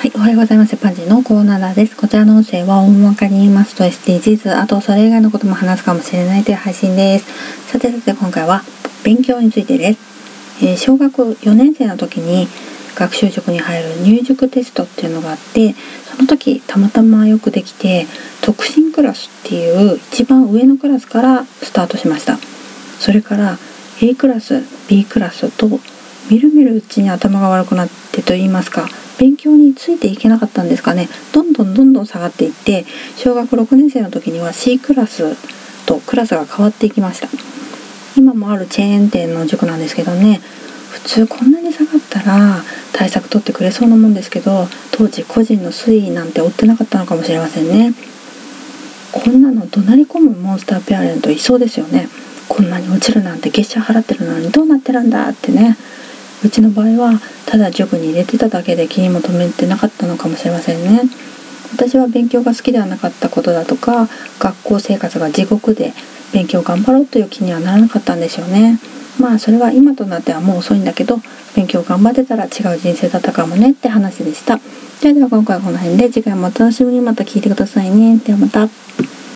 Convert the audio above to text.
はい、おはようございます。パンジーのコーナーです。こちらの音声は大まかに言いますと SDGs、あとそれ以外のことも話すかもしれないという配信です。さて今回は勉強についてです。小学4年生の時に学習塾に入る入塾テストっていうのがあって、その時たまたまよくできて、特進クラスっていう一番上のクラスからスタートしました。それから A クラス B クラスとみるみるうちに頭が悪くなってと言いますか、勉強についていけなかったんですかね。どんどん下がっていって、小学6年生の時には C クラスとクラスが変わっていきました。今もあるチェーン店の塾なんですけどね、普通こんなに下がったら対策取ってくれそうなもんですけど、当時個人の推移なんて追ってなかったのかもしれませんね。こんなの怒鳴り込むモンスターペアレントいそうですよね。こんなに落ちるなんて月謝払ってるのにどうなってるんだってね。うちの場合はただ塾に入れてただけで気にも留めてなかったのかもしれませんね。私は勉強が好きではなかったことだとか、学校生活が地獄で勉強頑張ろうという気にはならなかったんでしょうね。まあそれは今となってはもう遅いんだけど、勉強頑張ってたら違う人生だったかもねって話でした。では今回はこの辺で、次回もお楽しみに。また聞いてくださいね。ではまた。